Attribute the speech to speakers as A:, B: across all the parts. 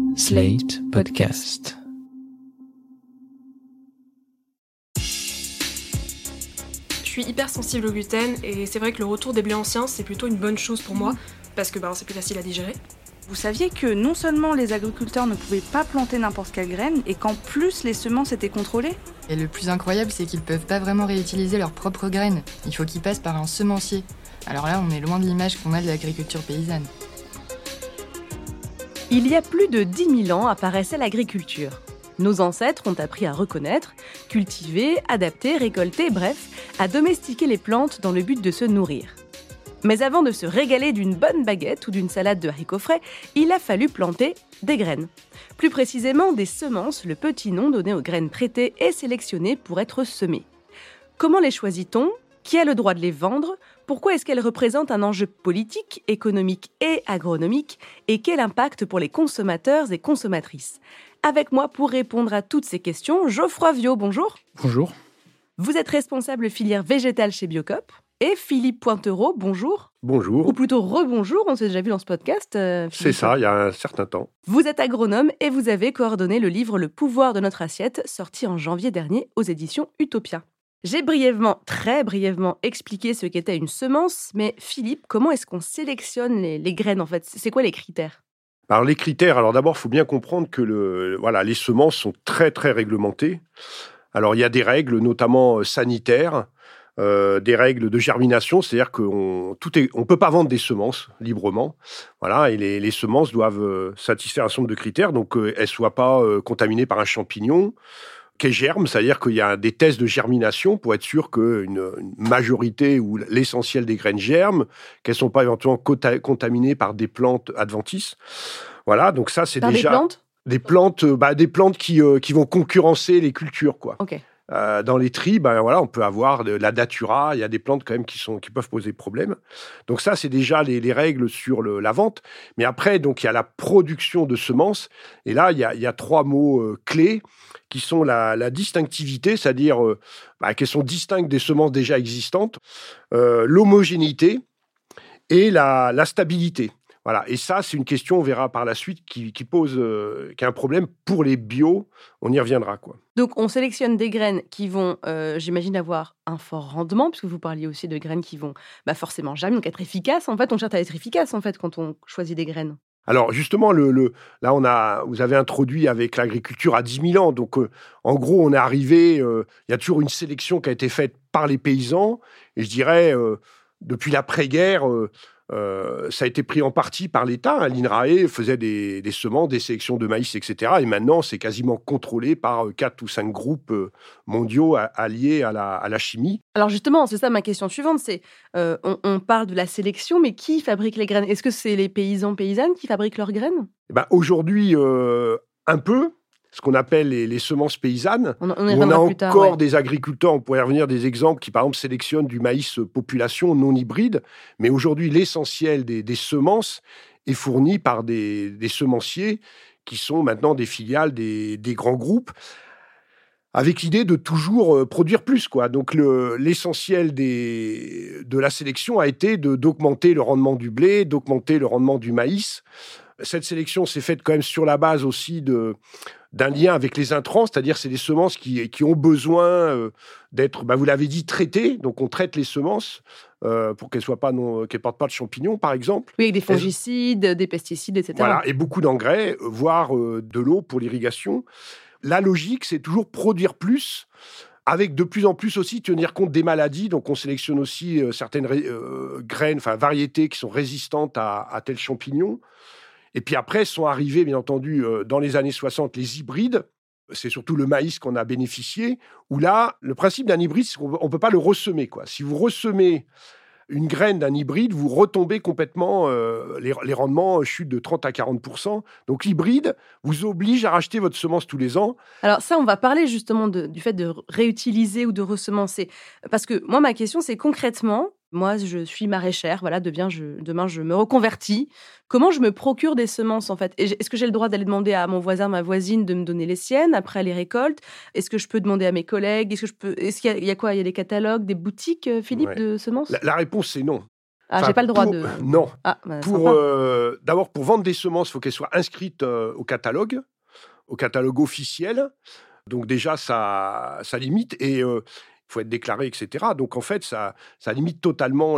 A: Slate Podcast.
B: Je suis hyper sensible au gluten et c'est vrai que le retour des blés anciens, c'est plutôt une bonne chose pour moi parce que c'est plus facile à digérer.
C: Vous saviez que non seulement les agriculteurs ne pouvaient pas planter n'importe quelle graine et qu'en plus les semences étaient contrôlées ?
D: Et le plus incroyable, c'est qu'ils peuvent pas vraiment réutiliser leurs propres graines. Il faut qu'ils passent par un semencier. Alors là, on est loin de l'image qu'on a de l'agriculture paysanne.
E: Il y a plus de 10 000 ans apparaissait l'agriculture. Nos ancêtres ont appris à reconnaître, cultiver, adapter, récolter, bref, à domestiquer les plantes dans le but de se nourrir. Mais avant de se régaler d'une bonne baguette ou d'une salade de haricots frais, il a fallu planter des graines. Plus précisément, des semences, le petit nom donné aux graines traitées et sélectionnées pour être semées. Comment les choisit-on ? Qui a le droit de les vendre ? Pourquoi est-ce qu'elles représentent un enjeu politique, économique et agronomique ? Et quel impact pour les consommateurs et consommatrices ? Avec moi pour répondre à toutes ces questions, Geoffroy Viaud, bonjour.
A: Bonjour.
E: Vous êtes responsable filière végétale chez Biocoop. Et Philippe Pointereau, bonjour.
F: Bonjour.
E: Ou plutôt rebonjour, on s'est déjà vu dans ce podcast.
F: C'est ça, il y a un certain temps.
E: Vous êtes agronome et vous avez coordonné le livre Le pouvoir de notre assiette, sorti en janvier dernier aux éditions Utopia. J'ai très brièvement expliqué ce qu'était une semence, mais Philippe, comment est-ce qu'on sélectionne les graines en fait ? C'est quoi les critères ?
F: Alors les critères, d'abord, il faut bien comprendre que les semences sont très très réglementées. Alors il y a des règles, notamment sanitaires, des règles de germination, c'est-à-dire qu'on ne peut pas vendre des semences librement. Voilà, et les semences doivent satisfaire un certain nombre de critères, donc elles ne soient pas contaminées par un champignon, qu'elles germent, c'est-à-dire qu'il y a des tests de germination pour être sûr qu'une majorité ou l'essentiel des graines germent, qu'elles ne sont pas éventuellement contaminées par des plantes adventices. Voilà, donc ça, c'est
E: par
F: déjà...
E: Des plantes ?
F: Des plantes qui vont concurrencer les cultures, quoi.
E: Ok.
F: Dans les tris, on peut avoir de la datura, il y a des plantes quand même qui peuvent poser problème. Donc ça, c'est déjà les règles sur la vente. Mais après, donc il y a la production de semences. Et là, il y a trois mots clés qui sont la distinctivité, c'est-à-dire qu'elles sont distinctes des semences déjà existantes, l'homogénéité et la stabilité. Voilà. Et ça, c'est une question, on verra par la suite, qui est un problème pour les bio. On y reviendra, quoi.
E: Donc, on sélectionne des graines qui vont, j'imagine, avoir un fort rendement, puisque vous parliez aussi de graines qui vont forcément germer, donc être efficaces. En fait, on cherche à être efficace, en fait, quand on choisit des graines.
F: Alors, justement, là, vous avez introduit avec l'agriculture à 10 000 ans. Donc, en gros, on est arrivé... Il y a toujours une sélection qui a été faite par les paysans. Et je dirais, depuis l'après-guerre... ça a été pris en partie par l'État. L'INRAE faisait des semences, des sélections de maïs, etc. Et maintenant, c'est quasiment contrôlé par 4 ou 5 groupes mondiaux alliés à la chimie.
E: Alors justement, c'est ça ma question suivante, c'est on parle de la sélection, mais qui fabrique les graines ? Est-ce que c'est les paysans-paysannes qui fabriquent leurs graines ?
F: Aujourd'hui, un peu. Ce qu'on appelle les semences paysannes.
E: On
F: a encore
E: tard, ouais.
F: Des agriculteurs, on pourrait y revenir, des exemples qui, par exemple, sélectionnent du maïs population non hybride. Mais aujourd'hui, l'essentiel des semences est fourni par des semenciers qui sont maintenant des filiales des grands groupes, avec l'idée de toujours produire plus, quoi. Donc, l'essentiel de la sélection a été d'augmenter le rendement du blé, d'augmenter le rendement du maïs. Cette sélection s'est faite quand même sur la base aussi d'un lien avec les intrants, c'est-à-dire c'est des semences qui ont besoin d'être, vous l'avez dit, traitées. Donc on traite les semences pour qu'elles ne portent pas de champignons, par exemple.
E: Oui, avec des fongicides, des pesticides, etc.
F: Voilà, et beaucoup d'engrais, voire de l'eau pour l'irrigation. La logique, c'est toujours produire plus, avec de plus en plus aussi tenir compte des maladies. Donc on sélectionne aussi certaines graines, variétés qui sont résistantes à tels champignons. Et puis après, sont arrivés, bien entendu, dans les années 60, les hybrides. C'est surtout le maïs qu'on a bénéficié, où là, le principe d'un hybride, c'est qu'on ne peut pas le ressemer, quoi. Si vous ressemez une graine d'un hybride, vous retombez complètement, les rendements chutent de 30 à 40%. Donc l'hybride vous oblige à racheter votre semence tous les ans.
E: Alors ça, on va parler justement du fait de réutiliser ou de ressemencer. Parce que moi, ma question, c'est concrètement... Moi, je suis maraîchère, voilà, demain, je me reconvertis. Comment je me procure des semences, en fait ? Est-ce que j'ai le droit d'aller demander à mon voisin, ma voisine, de me donner les siennes, après elle les récolte ? Est-ce que je peux demander à mes collègues ? Est-ce qu'il y a quoi ? Il y a des catalogues, des boutiques, Philippe, de semences ?
F: La réponse, c'est non.
E: Ah, j'ai pas le droit de...
F: Non.
E: Ah, sympa.
F: D'abord, pour vendre des semences, il faut qu'elles soient inscrites au catalogue officiel. Donc déjà, ça limite et il faut être déclaré, etc. Donc en fait, ça limite totalement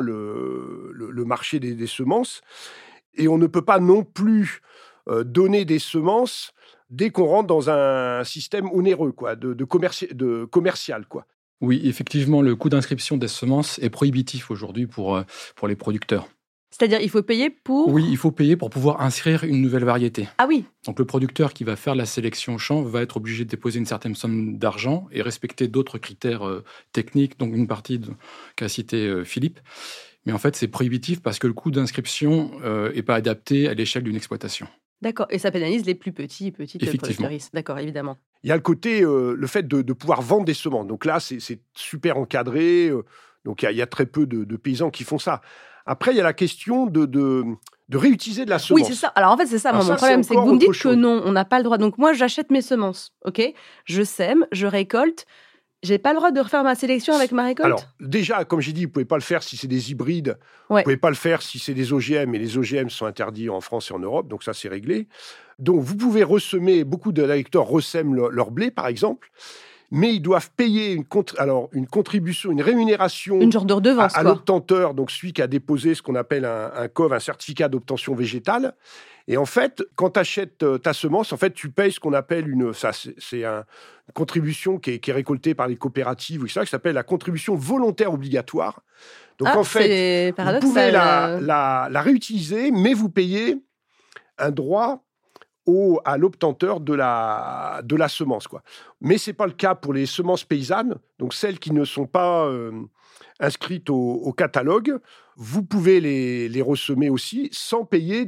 F: le marché des semences. Et on ne peut pas non plus donner des semences dès qu'on rentre dans un système onéreux, quoi, de commercial, quoi.
G: Oui, effectivement, le coût d'inscription des semences est prohibitif aujourd'hui pour les producteurs.
E: C'est-à-dire, il faut payer pour...
G: Oui, il faut payer pour pouvoir inscrire une nouvelle variété.
E: Ah oui.
G: Donc le producteur qui va faire la sélection au champ va être obligé de déposer une certaine somme d'argent et respecter d'autres critères techniques, donc une partie qu'a cité Philippe. Mais en fait, c'est prohibitif parce que le coût d'inscription n'est pas adapté à l'échelle d'une exploitation.
E: D'accord, et ça pénalise les plus petites productrices. D'accord, évidemment.
F: Il y a le côté, le fait de pouvoir vendre des semences. Donc là, c'est super encadré. Donc il y a très peu de paysans qui font ça. Après, il y a la question de réutiliser de la semence.
E: Oui, c'est ça. Alors en fait, c'est ça, mon problème. C'est que vous me dites que non, on n'a pas le droit. Donc moi, j'achète mes semences, ok ? Je sème, je récolte. J'ai pas le droit de refaire ma sélection avec ma récolte ?
F: Alors, déjà, comme j'ai dit, vous ne pouvez pas le faire si c'est des hybrides. Vous ne pouvez pas le faire si c'est des OGM. Et les OGM sont interdits en France et en Europe. Donc ça, c'est réglé. Donc vous pouvez ressemer. Beaucoup d'agriculteurs ressèment leur blé, par exemple. Mais ils doivent payer une contribution, une rémunération
E: une genre de redevance,
F: à l'obtenteur, donc celui qui a déposé ce qu'on appelle un COV, un certificat d'obtention végétale. Et en fait, quand tu achètes ta semence, en fait, tu payes ce qu'on appelle une contribution qui est récoltée par les coopératives, qui s'appelle la contribution volontaire obligatoire. Donc en fait, vous pouvez la réutiliser, mais vous payez un droit à l'obtenteur de la semence, quoi. Mais ce n'est pas le cas pour les semences paysannes, donc celles qui ne sont pas inscrites au catalogue. Vous pouvez les ressemer aussi sans payer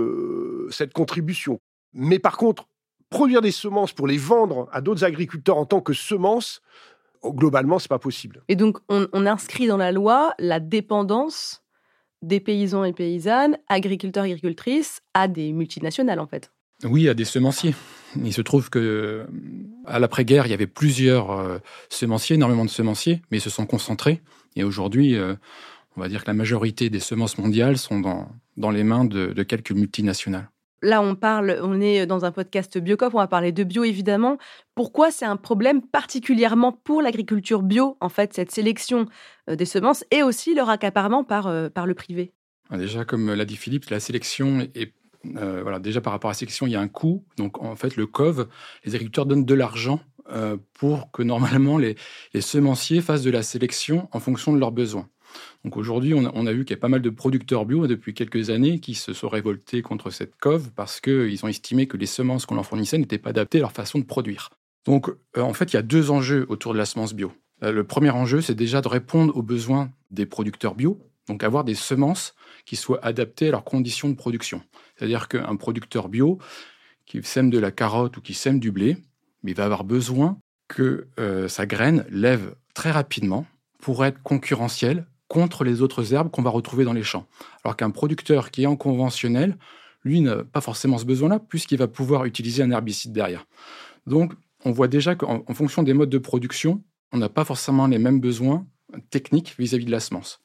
F: de cette contribution. Mais par contre, produire des semences pour les vendre à d'autres agriculteurs en tant que semences, globalement, ce n'est pas possible.
E: Et donc, on inscrit dans la loi la dépendance des paysans et paysannes, agriculteurs et agricultrices, à des multinationales, en fait.
G: Oui, à des semenciers. Il se trouve que à l'après-guerre, il y avait plusieurs semenciers, énormément de semenciers, mais ils se sont concentrés. Et aujourd'hui, on va dire que la majorité des semences mondiales sont dans les mains de quelques multinationales.
E: Là, on est dans un podcast Biocoop, on va parler de bio, évidemment. Pourquoi c'est un problème particulièrement pour l'agriculture bio, en fait, cette sélection des semences et aussi leur accaparement par le privé ?
G: Déjà, comme l'a dit Philippe, la sélection est... déjà, par rapport à la sélection, il y a un coût. Donc, en fait, le COV, les agriculteurs donnent de l'argent pour que, normalement, les semenciers fassent de la sélection en fonction de leurs besoins. Donc, aujourd'hui, on a vu qu'il y a pas mal de producteurs bio depuis quelques années qui se sont révoltés contre cette COV parce qu'ils ont estimé que les semences qu'on leur fournissait n'étaient pas adaptées à leur façon de produire. Donc, en fait, il y a deux enjeux autour de la semence bio. Le premier enjeu, c'est déjà de répondre aux besoins des producteurs bio, donc avoir des semences qui soient adaptées à leurs conditions de production. C'est-à-dire qu'un producteur bio qui sème de la carotte ou qui sème du blé, il va avoir besoin que sa graine lève très rapidement pour être concurrentielle contre les autres herbes qu'on va retrouver dans les champs. Alors qu'un producteur qui est en conventionnel, lui, n'a pas forcément ce besoin-là, puisqu'il va pouvoir utiliser un herbicide derrière. Donc, on voit déjà qu'en fonction des modes de production, on n'a pas forcément les mêmes besoins techniques vis-à-vis de la semence.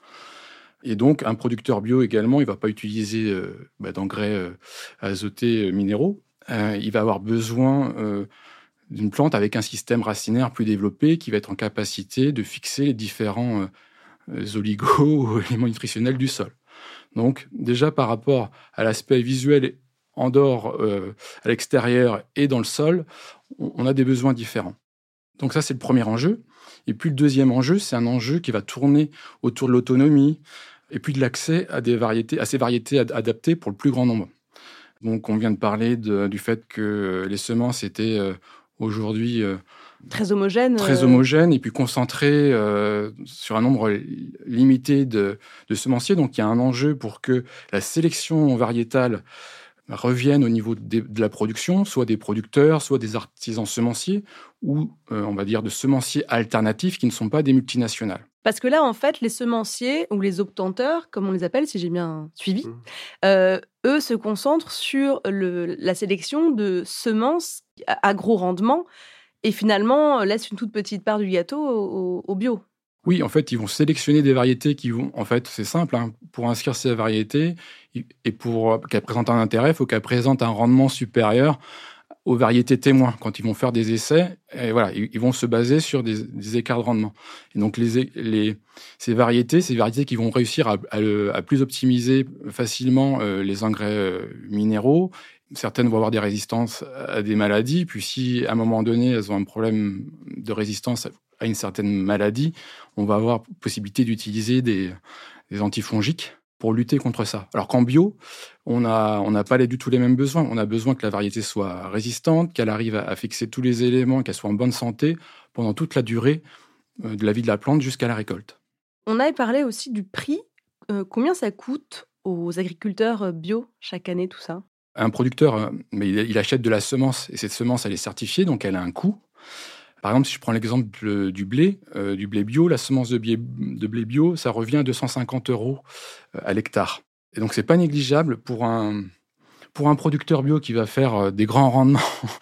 G: Et donc, un producteur bio également, il ne va pas utiliser d'engrais azotés minéraux. Il va avoir besoin d'une plante avec un système racinaire plus développé qui va être en capacité de fixer les différents oligos ou éléments nutritionnels du sol. Donc, déjà, par rapport à l'aspect visuel en dehors, à l'extérieur et dans le sol, on a des besoins différents. Donc ça, c'est le premier enjeu. Et puis, le deuxième enjeu, c'est un enjeu qui va tourner autour de l'autonomie et puis de l'accès à ces variétés adaptées pour le plus grand nombre. Donc, on vient de parler du fait que les semences étaient aujourd'hui
E: très homogènes
G: et puis concentrées sur un nombre limité de semenciers. Donc, il y a un enjeu pour que la sélection variétale revienne au niveau de la production, soit des producteurs, soit des artisans semenciers, ou on va dire de semenciers alternatifs qui ne sont pas des multinationales.
E: Parce que là, en fait, les semenciers, ou les obtenteurs, comme on les appelle, si j'ai bien suivi, eux se concentrent sur la sélection de semences à gros rendement et finalement laissent une toute petite part du gâteau au bio.
G: Oui, en fait, ils vont sélectionner des variétés qui vont... En fait, c'est simple, hein, pour inscrire ces variétés, et pour qu'elles présentent un intérêt, il faut qu'elles présentent un rendement supérieur aux variétés témoins. Quand ils vont faire des essais, et voilà, ils vont se baser sur des écarts de rendement. Et donc, ces variétés qui vont réussir à plus optimiser facilement les engrais minéraux. Certaines vont avoir des résistances à des maladies. Puis si, à un moment donné, elles ont un problème de résistance à une certaine maladie, on va avoir possibilité d'utiliser des antifongiques pour lutter contre ça. Alors qu'en bio, on n'a pas du tout les mêmes besoins. On a besoin que la variété soit résistante, qu'elle arrive à fixer tous les éléments, qu'elle soit en bonne santé pendant toute la durée de la vie de la plante jusqu'à la récolte.
E: On avait parlé aussi du prix. Combien ça coûte aux agriculteurs bio chaque année, tout ça ?
G: Un producteur, il achète de la semence, et cette semence, elle est certifiée, donc elle a un coût. Par exemple, si je prends l'exemple du blé bio, la semence de blé bio, ça revient à 250 € à l'hectare. Et donc, c'est pas négligeable pour un producteur bio qui va faire des grands rendements.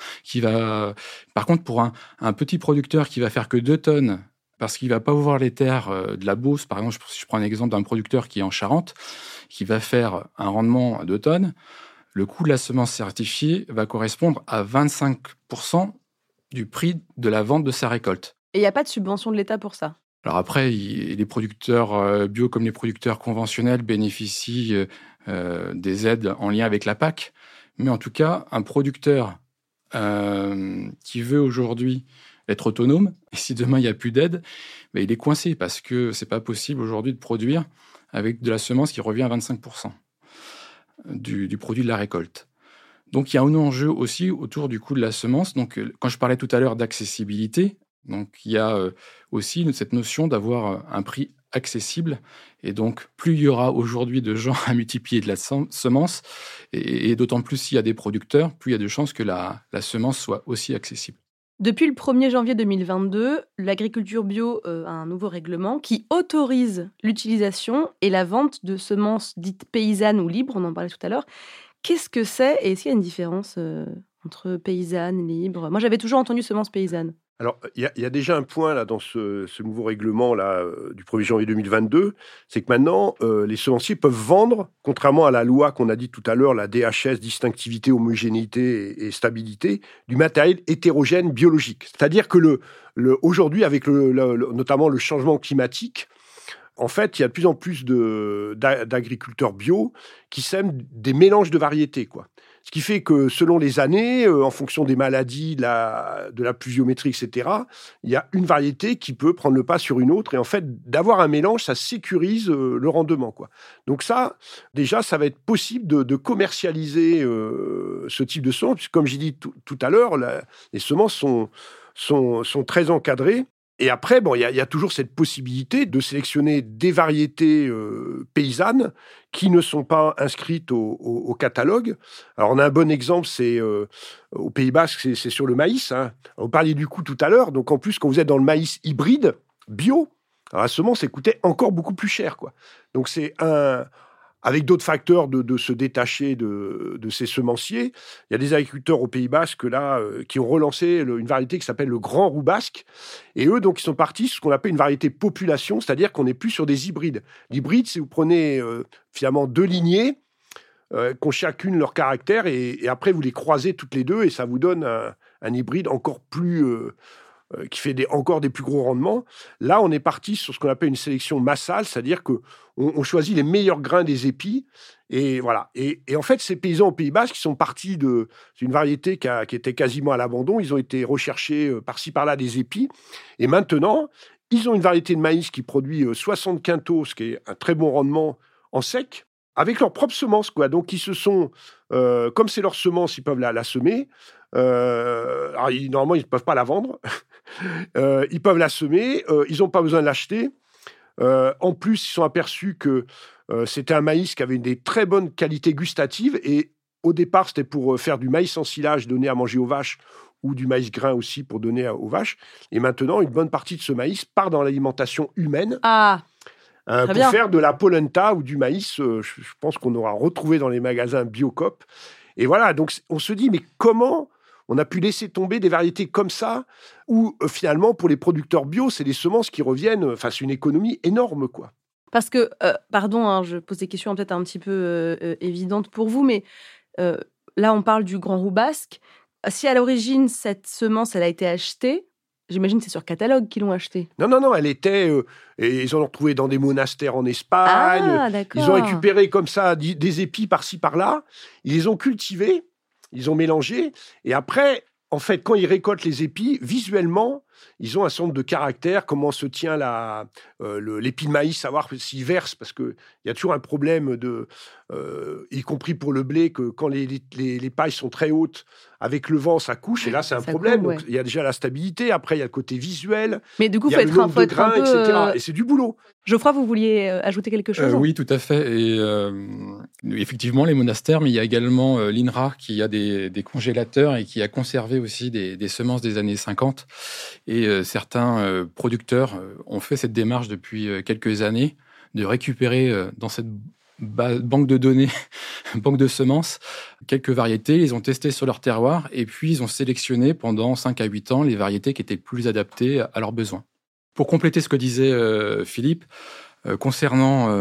G: Par contre, pour un petit producteur qui va faire que 2 tonnes, parce qu'il va pas ouvrir les terres de la Beauce, par exemple, si je prends un exemple d'un producteur qui est en Charente, qui va faire un rendement à 2 tonnes, le coût de la semence certifiée va correspondre à 25% du prix de la vente de sa récolte.
E: Et il n'y a pas de subvention de l'État pour ça ?
G: Alors après, les producteurs bio comme les producteurs conventionnels bénéficient des aides en lien avec la PAC. Mais en tout cas, un producteur qui veut aujourd'hui être autonome, et si demain il n'y a plus d'aide, il est coincé parce que ce n'est pas possible aujourd'hui de produire avec de la semence qui revient à 25% du produit de la récolte. Donc, il y a un enjeu aussi autour du coût de la semence. Donc, quand je parlais tout à l'heure d'accessibilité, donc il y a aussi cette notion d'avoir un prix accessible. Et donc, plus il y aura aujourd'hui de gens à multiplier de la semence, et d'autant plus s'il y a des producteurs, plus il y a de chances que la semence soit aussi accessible.
E: Depuis le 1er janvier 2022, l'agriculture bio a un nouveau règlement qui autorise l'utilisation et la vente de semences dites paysannes ou libres, on en parlait tout à l'heure. Qu'est-ce que c'est et est-ce qu'il y a une différence entre paysanne, libre ? Moi, j'avais toujours entendu semences paysannes.
F: Alors, il y a déjà un point là, dans ce nouveau règlement là, du 1er janvier 2022, c'est que maintenant, les semenciers peuvent vendre, contrairement à la loi qu'on a dit tout à l'heure, la DHS, distinctivité, homogénéité et stabilité, du matériel hétérogène biologique. C'est-à-dire que aujourd'hui, avec notamment le changement climatique, en fait, il y a de plus en plus d'agriculteurs bio qui sèment des mélanges de variétés, quoi. Ce qui fait que selon les années, en fonction des maladies, de la pluviométrie, etc., il y a une variété qui peut prendre le pas sur une autre. Et en fait, d'avoir un mélange, ça sécurise le rendement, quoi. Donc ça, déjà, ça va être possible de commercialiser ce type de semences. Puisque, comme j'ai dit tout à l'heure, les semences sont très encadrées. Et après, il y a toujours cette possibilité de sélectionner des variétés paysannes qui ne sont pas inscrites au catalogue. Alors, on a un bon exemple, c'est au Pays Basque, c'est sur le maïs, hein. Vous parliez du coût tout à l'heure. Donc, en plus, quand vous êtes dans le maïs hybride, bio, alors la semence, elle coûtait encore beaucoup plus cher, quoi. Donc, c'est avec d'autres facteurs de se détacher de ces semenciers. Il y a des agriculteurs au Pays Basque là, qui ont relancé une variété qui s'appelle le Grand Roux Basque. Et eux, donc, ils sont partis sur ce qu'on appelle une variété population, c'est-à-dire qu'on n'est plus sur des hybrides. L'hybride, c'est vous prenez finalement 2 lignées qui ont chacune leur caractère et après, vous les croisez toutes les deux et ça vous donne un hybride encore plus... qui fait encore des plus gros rendements. Là, on est parti sur ce qu'on appelle une sélection massale, c'est-à-dire qu'on choisit les meilleurs grains des épis. Et voilà. Et en fait, ces paysans au Pays Basque, qui sont partis d'une variété qui était quasiment à l'abandon, ils ont été recherchés par-ci, par-là des épis. Et maintenant, ils ont une variété de maïs qui produit 60 quintaux, ce qui est un très bon rendement en sec, avec leurs propres semences, quoi. Donc, ils se sont... comme c'est leur semence, ils peuvent la semer. Alors, normalement, ils ne peuvent pas la vendre. Ils peuvent la semer, ils n'ont pas besoin de l'acheter. En plus, ils sont aperçus que c'était un maïs qui avait des très bonnes qualités gustatives. Et au départ, c'était pour faire du maïs en silage donné à manger aux vaches ou du maïs grain aussi pour donner aux vaches. Et maintenant, une bonne partie de ce maïs part dans l'alimentation humaine. Pour faire de la polenta ou du maïs. Je pense qu'on aura retrouvé dans les magasins Biocoop. Et voilà, donc on se dit, mais comment on a pu laisser tomber des variétés comme ça, où finalement, pour les producteurs bio, c'est des semences qui reviennent, enfin, c'est une économie énorme, quoi.
E: Parce que, pardon, hein, je pose des questions peut-être un petit peu évidentes pour vous, mais là, on parle du Grand Roux basque. Si à l'origine, cette semence, elle a été achetée, j'imagine que c'est sur catalogue qu'ils l'ont achetée.
F: Non, elle était... et ils en ont retrouvé dans des monastères en Espagne.
E: Ah, d'accord.
F: Ils ont récupéré comme ça des épis par-ci, par-là. Ils les ont cultivés, ils ont mélangé. Et après, en fait, quand ils récoltent les épis, visuellement, ils ont un certain nombre de caractères. Comment se tient l'épi de maïs, savoir s'il verse, parce qu'il y a toujours un problème, y compris pour le blé, que quand les pailles sont très hautes, avec le vent, ça couche, et là, c'est un problème.
E: Ouais.
F: Donc, il y a déjà la stabilité, après, il y a le côté visuel,
E: Mais du coup,
F: il y a le nombre de grains,
E: peu,
F: etc. Et c'est du boulot.
E: Geoffroy, vous vouliez ajouter quelque chose?
G: Oui, tout à fait. Et effectivement, les monastères, mais il y a également l'INRA qui a des congélateurs et qui a conservé aussi des semences des années 50. Et certains producteurs ont fait cette démarche depuis quelques années de récupérer dans cette banque de données, banque de semences, quelques variétés, ils ont testé sur leur terroir et puis ils ont sélectionné pendant 5 à 8 ans les variétés qui étaient le plus adaptées à leurs besoins. Pour compléter ce que disait Philippe, concernant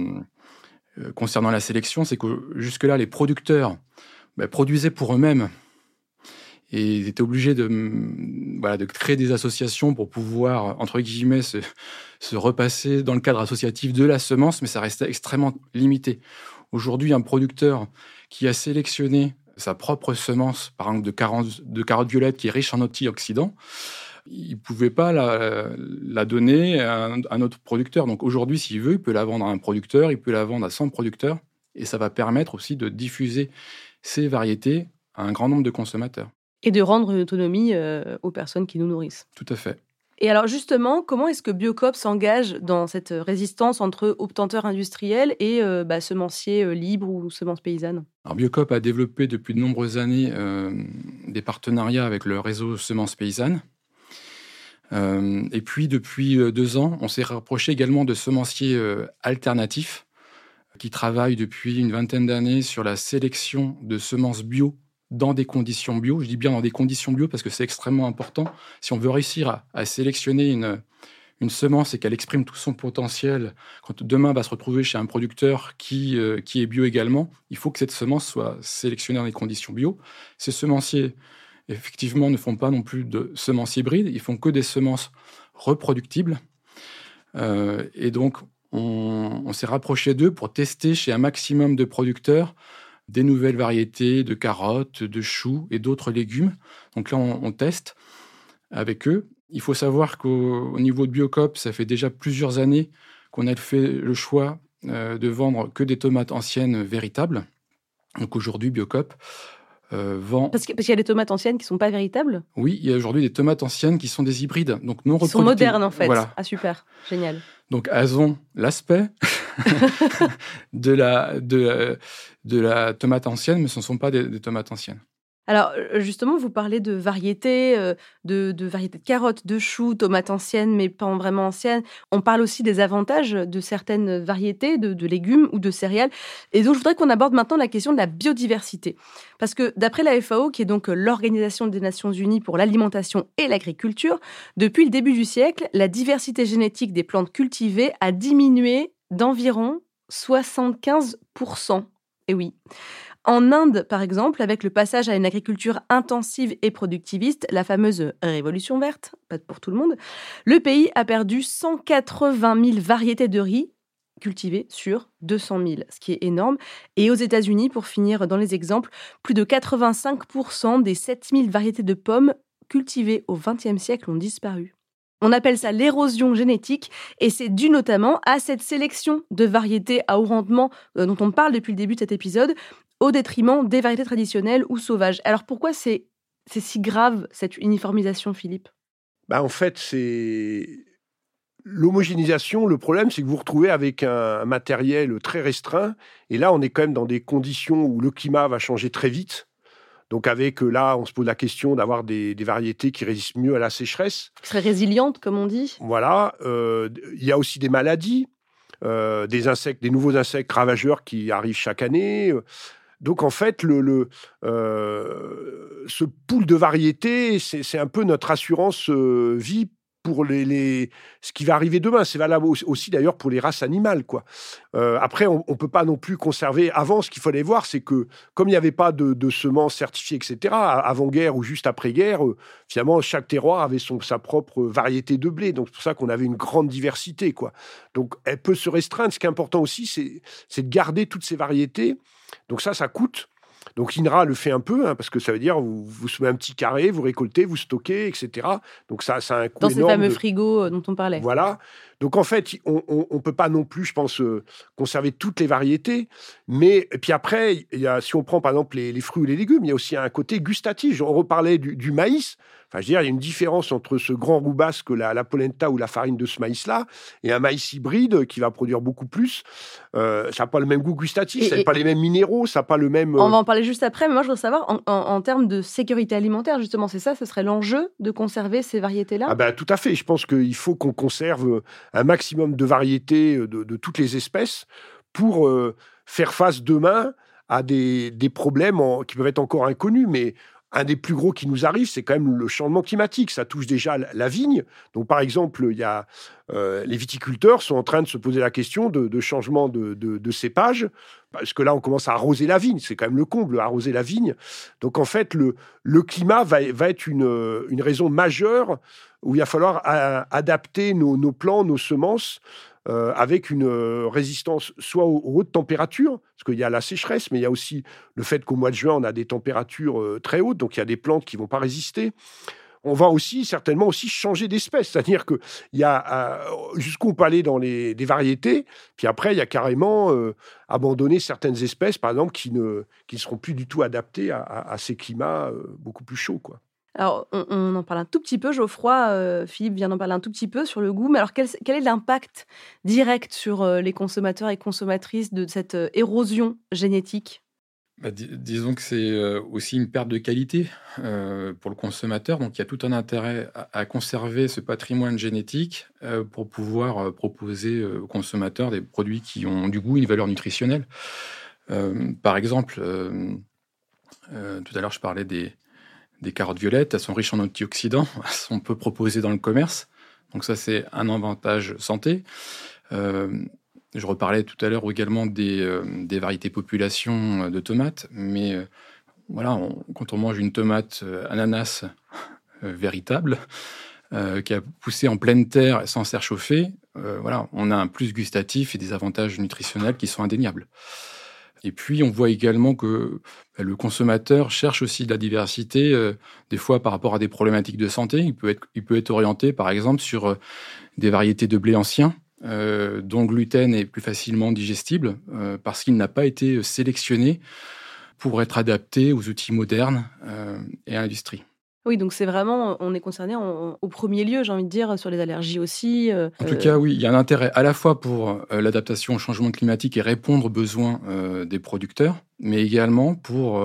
G: la sélection, c'est que jusque-là, les producteurs produisaient pour eux-mêmes et ils étaient obligés de créer des associations pour pouvoir, entre guillemets, se repasser dans le cadre associatif de la semence, mais ça restait extrêmement limité. Aujourd'hui, un producteur qui a sélectionné sa propre semence, par exemple de carottes violettes qui est riche en antioxydants, il ne pouvait pas la donner à un autre producteur. Donc aujourd'hui, s'il veut, il peut la vendre à un producteur, il peut la vendre à 100 producteurs, et ça va permettre aussi de diffuser ces variétés à un grand nombre de consommateurs.
E: Et de rendre une autonomie aux personnes qui nous nourrissent.
G: Tout à fait.
E: Et alors justement, comment est-ce que Biocoop s'engage dans cette résistance entre obtenteurs industriels et semenciers libres ou semences paysannes?
G: Alors Biocoop a développé depuis de nombreuses années des partenariats avec le réseau Semences Paysannes. Et puis depuis 2 ans, on s'est rapproché également de semenciers alternatifs qui travaillent depuis une vingtaine d'années sur la sélection de semences bio dans des conditions bio. Je dis bien dans des conditions bio parce que c'est extrêmement important. Si on veut réussir à sélectionner une semence et qu'elle exprime tout son potentiel, quand demain va se retrouver chez un producteur qui est bio également, il faut que cette semence soit sélectionnée dans des conditions bio. Ces semenciers, effectivement, ne font pas non plus de semences hybrides, ils font que des semences reproductibles. Et donc, on s'est rapproché d'eux pour tester chez un maximum de producteurs des nouvelles variétés de carottes, de choux et d'autres légumes. Donc là, on teste avec eux. Il faut savoir qu'au niveau de Biocoop, ça fait déjà plusieurs années qu'on a fait le choix de vendre que des tomates anciennes véritables. Donc aujourd'hui, Biocoop vend...
E: Parce qu'il y a des tomates anciennes qui ne sont pas véritables?
G: Oui, il y a aujourd'hui des tomates anciennes qui sont des hybrides, donc non reproductibles.
E: Qui sont modernes, en fait.
G: Voilà.
E: Ah, super, génial.
G: Donc elles ont l'aspect de la tomate ancienne, mais ce ne sont pas des tomates anciennes.
E: Alors, justement, vous parlez de variétés, de variétés de carottes, de choux, tomates anciennes, mais pas vraiment anciennes. On parle aussi des avantages de certaines variétés de légumes ou de céréales. Et donc, je voudrais qu'on aborde maintenant la question de la biodiversité. Parce que, d'après la FAO, qui est donc l'Organisation des Nations Unies pour l'alimentation et l'agriculture, depuis le début du siècle, la diversité génétique des plantes cultivées a diminué d'environ 75%. Et oui. En Inde, par exemple, avec le passage à une agriculture intensive et productiviste, la fameuse révolution verte, pas pour tout le monde, le pays a perdu 180 000 variétés de riz cultivées sur 200 000, ce qui est énorme. Et aux États-Unis, pour finir dans les exemples, plus de 85% des 7 000 variétés de pommes cultivées au XXe siècle ont disparu. On appelle ça l'érosion génétique et c'est dû notamment à cette sélection de variétés à haut rendement dont on parle depuis le début de cet épisode, au détriment des variétés traditionnelles ou sauvages. Alors pourquoi c'est si grave, cette uniformisation, Philippe ?
F: En fait, c'est l'homogénéisation. Le problème, c'est que vous vous retrouvez avec un matériel très restreint. Et là, on est quand même dans des conditions où le climat va changer très vite. Donc là, on se pose la question d'avoir des variétés qui résistent mieux à la sécheresse.
E: Qui seraient résilientes, comme on dit.
F: Voilà. Il y a aussi des maladies, des nouveaux insectes ravageurs qui arrivent chaque année. Donc, en fait, ce pool de variétés, c'est un peu notre assurance vie pour ce qui va arriver demain. C'est valable aussi, d'ailleurs, pour les races animales, quoi. Après, on ne peut pas non plus conserver... Avant, ce qu'il fallait voir, c'est que, comme il n'y avait pas de semences certifiées, etc., avant-guerre ou juste après-guerre, finalement, chaque terroir avait sa propre variété de blé. Donc, c'est pour ça qu'on avait une grande diversité, quoi. Donc, elle peut se restreindre. Ce qui est important aussi, c'est de garder toutes ces variétés. Donc, ça coûte. Donc, l'INRA le fait un peu, parce que ça veut dire vous semez un petit carré, vous récoltez, vous stockez, etc. Donc, ça a un coût énorme.
E: Dans ces fameux frigos dont on parlait.
F: Voilà. Donc, en fait, on ne peut pas non plus, je pense, conserver toutes les variétés. Mais et puis après, si on prend, par exemple, les fruits ou les légumes, il y a aussi un côté gustatif. On reparlait du maïs. Enfin, je veux dire, il y a une différence entre ce grand roubasque, la polenta ou la farine de ce maïs-là, et un maïs hybride qui va produire beaucoup plus. Ça n'a pas le même goût gustatif, ça n'a pas les mêmes minéraux, ça n'a pas le même...
E: On va en parler juste après, mais moi, je voudrais savoir, en termes de sécurité alimentaire, justement, c'est ça, ce serait l'enjeu de conserver ces variétés-là ?
F: Ah ben, tout à fait. Je pense qu'il faut qu'on conserve un maximum de variétés de toutes les espèces pour faire face demain à des problèmes qui peuvent être encore inconnus, mais... Un des plus gros qui nous arrive, c'est quand même le changement climatique. Ça touche déjà la vigne. Donc, par exemple, il y a, les viticulteurs sont en train de se poser la question de changement de cépage, parce que là, on commence à arroser la vigne. C'est quand même le comble, arroser la vigne. Donc, en fait, le climat va être une raison majeure où il va falloir adapter nos plants, nos semences, avec une résistance soit aux hautes températures, parce qu'il y a la sécheresse, mais il y a aussi le fait qu'au mois de juin, on a des températures très hautes, donc il y a des plantes qui ne vont pas résister. On va aussi, certainement, aussi changer d'espèce, c'est-à-dire qu'il y a jusqu'où on peut aller dans des variétés, puis après, il y a carrément abandonner certaines espèces, par exemple, qui ne seront plus du tout adaptées à ces climats beaucoup plus chauds, quoi.
E: Alors, on en parle un tout petit peu, Geoffroy, Philippe vient d'en parler un tout petit peu sur le goût, mais alors quel est l'impact direct sur les consommateurs et consommatrices de cette érosion génétique ?
G: Disons que c'est aussi une perte de qualité pour le consommateur, donc il y a tout un intérêt à conserver ce patrimoine génétique pour pouvoir proposer aux consommateurs des produits qui ont du goût et une valeur nutritionnelle. Par exemple, tout à l'heure je parlais des carottes violettes, elles sont riches en antioxydants, elles sont peu proposées dans le commerce. Donc ça, c'est un avantage santé. Je reparlais tout à l'heure également des variétés population de tomates. Mais voilà, quand on mange une tomate ananas véritable, qui a poussé en pleine terre sans serre chauffée, voilà, on a un plus gustatif et des avantages nutritionnels qui sont indéniables. Et puis, on voit également que le consommateur cherche aussi de la diversité, des fois par rapport à des problématiques de santé. Il peut être orienté, par exemple, sur des variétés de blé anciens, dont le gluten est plus facilement digestible, parce qu'il n'a pas été sélectionné pour être adapté aux outils modernes et à l'industrie.
E: Oui, donc c'est vraiment, on est concerné au premier lieu, j'ai envie de dire, sur les allergies aussi.
G: En tout cas, oui, il y a un intérêt à la fois pour l'adaptation au changement climatique et répondre aux besoins des producteurs, mais également pour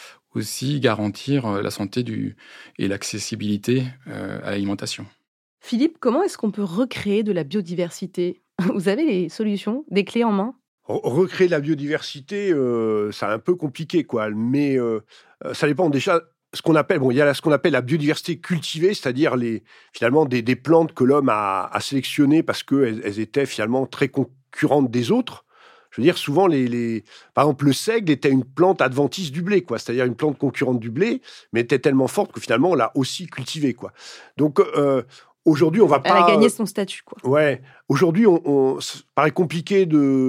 G: aussi garantir la santé et l'accessibilité à l'alimentation.
E: Philippe, comment est-ce qu'on peut recréer de la biodiversité ? Vous avez les solutions, des clés en main ?
F: Recréer de la biodiversité, c'est un peu compliqué, quoi. Mais ça dépend déjà... il y a ce qu'on appelle la biodiversité cultivée, c'est-à-dire finalement des plantes que l'homme a sélectionnées parce qu'elles étaient finalement très concurrentes des autres. Je veux dire, souvent, par exemple, le seigle était une plante adventice du blé, quoi. C'est-à-dire une plante concurrente du blé, mais était tellement forte que finalement, on l'a aussi cultivée, quoi. Donc, aujourd'hui, on va pas...
E: Elle a gagné son statut, quoi.
F: Ouais. Aujourd'hui, ça paraît compliqué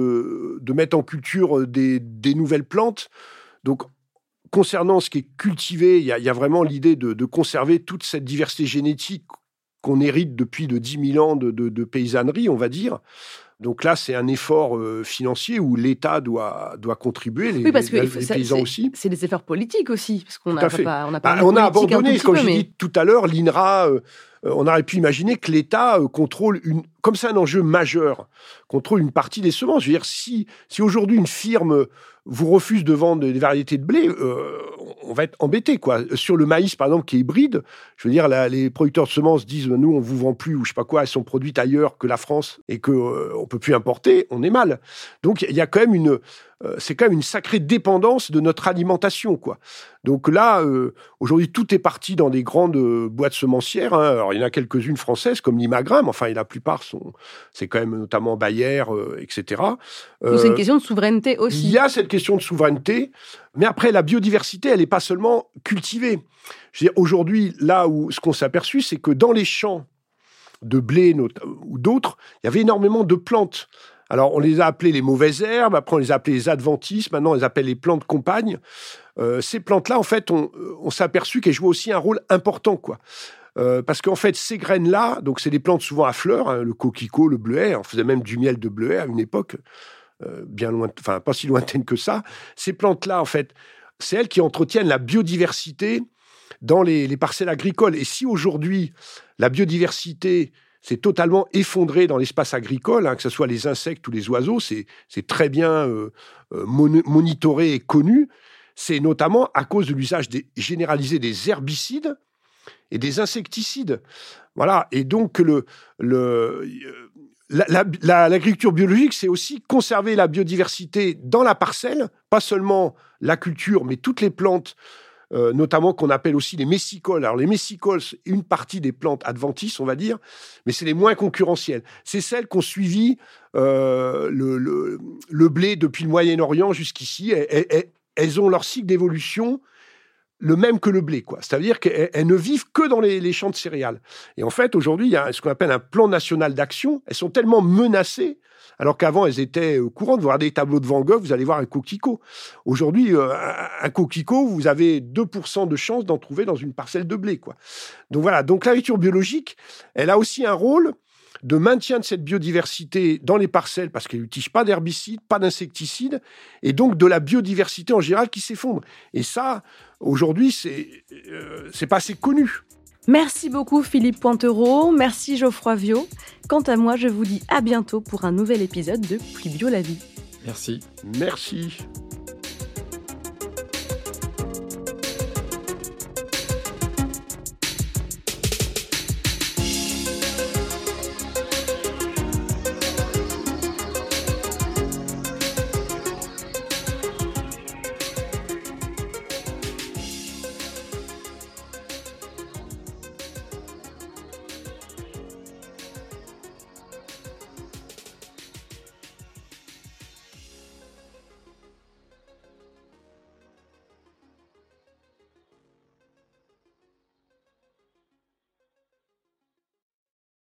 F: de mettre en culture des nouvelles plantes. Donc, concernant ce qui est cultivé, il y a vraiment l'idée de conserver toute cette diversité génétique qu'on hérite depuis de 10 000 ans de paysannerie, on va dire. Donc là, c'est un effort financier où l'État doit contribuer, les paysans aussi.
E: C'est des efforts politiques aussi, parce qu'on
F: on a abandonné, comme j'ai dit tout à l'heure, l'INRA. On aurait pu imaginer que l'État contrôle, comme c'est un enjeu majeur, contrôle une partie des semences. Je veux dire, si aujourd'hui une firme vous refuse de vendre des variétés de blé, on va être embêté, quoi. Sur le maïs, par exemple, qui est hybride, je veux dire, les producteurs de semences disent, nous, on vous vend plus, ou je sais pas quoi, elles sont produites ailleurs que la France et que on peut plus importer, on est mal. Donc, il y a quand même c'est quand même une sacrée dépendance de notre alimentation, quoi. Donc là, aujourd'hui, tout est parti dans des grandes boîtes semencières. Hein. Alors, il y en a quelques-unes françaises, comme l'Imagram. Enfin, la plupart c'est quand même notamment Bayer, etc.
E: Donc, c'est une question de souveraineté aussi.
F: Il y a cette question de souveraineté, mais après, la biodiversité, elle n'est pas seulement cultivée. Je veux dire, aujourd'hui, là où ce qu'on s'est aperçu, c'est que dans les champs de blé ou d'autres, il y avait énormément de plantes. Alors, on les a appelées les mauvaises herbes, après on les a appelées les adventices, maintenant on les appelle les plantes compagnes. Ces plantes-là, en fait, on s'est aperçu qu'elles jouaient aussi un rôle important, quoi. Parce qu'en fait, ces graines-là, donc c'est des plantes souvent à fleurs, hein, le coquelicot, le bleuet, on faisait même du miel de bleuet à une époque, bien loin, enfin pas si lointaine que ça. Ces plantes-là, en fait, c'est elles qui entretiennent la biodiversité dans les parcelles agricoles. Et si aujourd'hui, la biodiversité s'est totalement effondrée dans l'espace agricole, hein, que ce soit les insectes ou les oiseaux, c'est très bien monitoré et connu. C'est notamment à cause de l'usage généralisé des herbicides et des insecticides. Voilà. Et donc, l'agriculture biologique, c'est aussi conserver la biodiversité dans la parcelle, pas seulement la culture, mais toutes les plantes, notamment qu'on appelle aussi les messicoles. Alors, les messicoles, c'est une partie des plantes adventices, on va dire, mais c'est les moins concurrentielles. C'est celles qui ont suivi le blé depuis le Moyen-Orient jusqu'ici. Elles ont leur cycle d'évolution le même que le blé, quoi. C'est-à-dire qu'elles ne vivent que dans les champs de céréales. Et en fait, aujourd'hui, il y a ce qu'on appelle un plan national d'action. Elles sont tellement menacées, alors qu'avant, elles étaient courantes. Vous regardez les tableaux de Van Gogh, vous allez voir un coquelicot. Aujourd'hui, un coquelicot, vous avez 2% de chance d'en trouver dans une parcelle de blé, quoi. Donc voilà. Donc l'agriculture biologique, elle a aussi un rôle de maintien de cette biodiversité dans les parcelles, parce qu'elle n'utilise pas d'herbicides, pas d'insecticides, et donc de la biodiversité en général qui s'effondre. Et ça, aujourd'hui, c'est pas assez connu.
E: Merci beaucoup Philippe Pointereau, merci Geoffroy Viaud. Quant à moi, je vous dis à bientôt pour un nouvel épisode de Plus bio la vie.
G: Merci.
F: Merci.